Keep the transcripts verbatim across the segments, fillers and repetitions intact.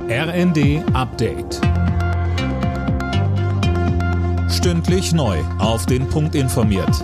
R N D Update. Stündlich neu auf den Punkt informiert.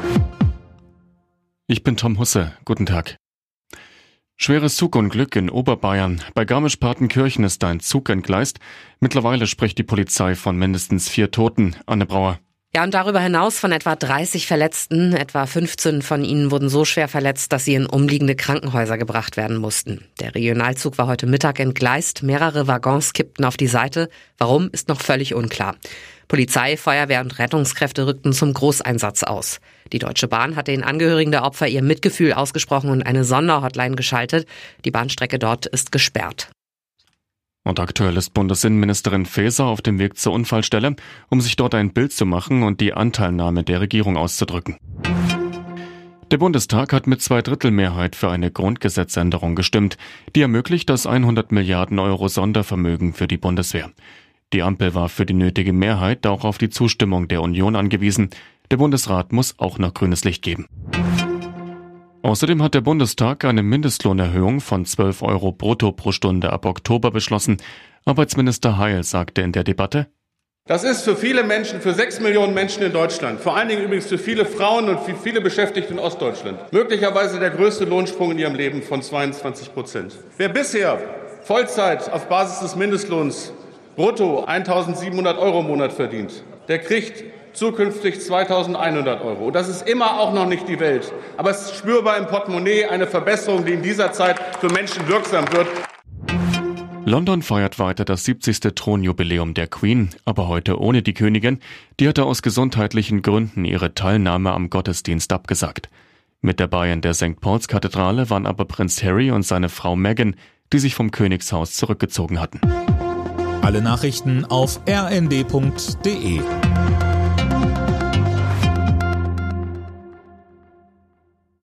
Ich bin Tom Husse. Guten Tag. Schweres Zugunglück in Oberbayern. Bei Garmisch-Partenkirchen ist ein Zug entgleist. Mittlerweile spricht die Polizei von mindestens vier Toten. Anne Brauer. Ja, und darüber hinaus von etwa dreißig Verletzten. Etwa fünfzehn von ihnen wurden so schwer verletzt, dass sie in umliegende Krankenhäuser gebracht werden mussten. Der Regionalzug war heute Mittag entgleist. Mehrere Waggons kippten auf die Seite. Warum, ist noch völlig unklar. Polizei, Feuerwehr und Rettungskräfte rückten zum Großeinsatz aus. Die Deutsche Bahn hat den Angehörigen der Opfer ihr Mitgefühl ausgesprochen und eine Sonderhotline geschaltet. Die Bahnstrecke dort ist gesperrt. Und aktuell ist Bundesinnenministerin Faeser auf dem Weg zur Unfallstelle, um sich dort ein Bild zu machen und die Anteilnahme der Regierung auszudrücken. Der Bundestag hat mit Zweidrittelmehrheit für eine Grundgesetzänderung gestimmt, die ermöglicht das hundert Milliarden Euro Sondervermögen für die Bundeswehr. Die Ampel war für die nötige Mehrheit auch auf die Zustimmung der Union angewiesen. Der Bundesrat muss auch noch grünes Licht geben. Außerdem hat der Bundestag eine Mindestlohnerhöhung von zwölf Euro brutto pro Stunde ab Oktober beschlossen. Arbeitsminister Heil sagte in der Debatte: Das ist für viele Menschen, für sechs Millionen Menschen in Deutschland, vor allen Dingen übrigens für viele Frauen und für viele Beschäftigte in Ostdeutschland, möglicherweise der größte Lohnsprung in ihrem Leben von zweiundzwanzig Prozent. Wer bisher Vollzeit auf Basis des Mindestlohns brutto eintausendsiebenhundert Euro im Monat verdient, der kriegt zukünftig zweitausendeinhundert Euro. Das ist immer auch noch nicht die Welt. Aber es ist spürbar im Portemonnaie eine Verbesserung, die in dieser Zeit für Menschen wirksam wird. London feiert weiter das siebzigste Thronjubiläum der Queen, aber heute ohne die Königin. Die hatte aus gesundheitlichen Gründen ihre Teilnahme am Gottesdienst abgesagt. Mit dabei in der Sankt Paul's-Kathedrale waren aber Prinz Harry und seine Frau Meghan, die sich vom Königshaus zurückgezogen hatten. Alle Nachrichten auf r n d punkt d e.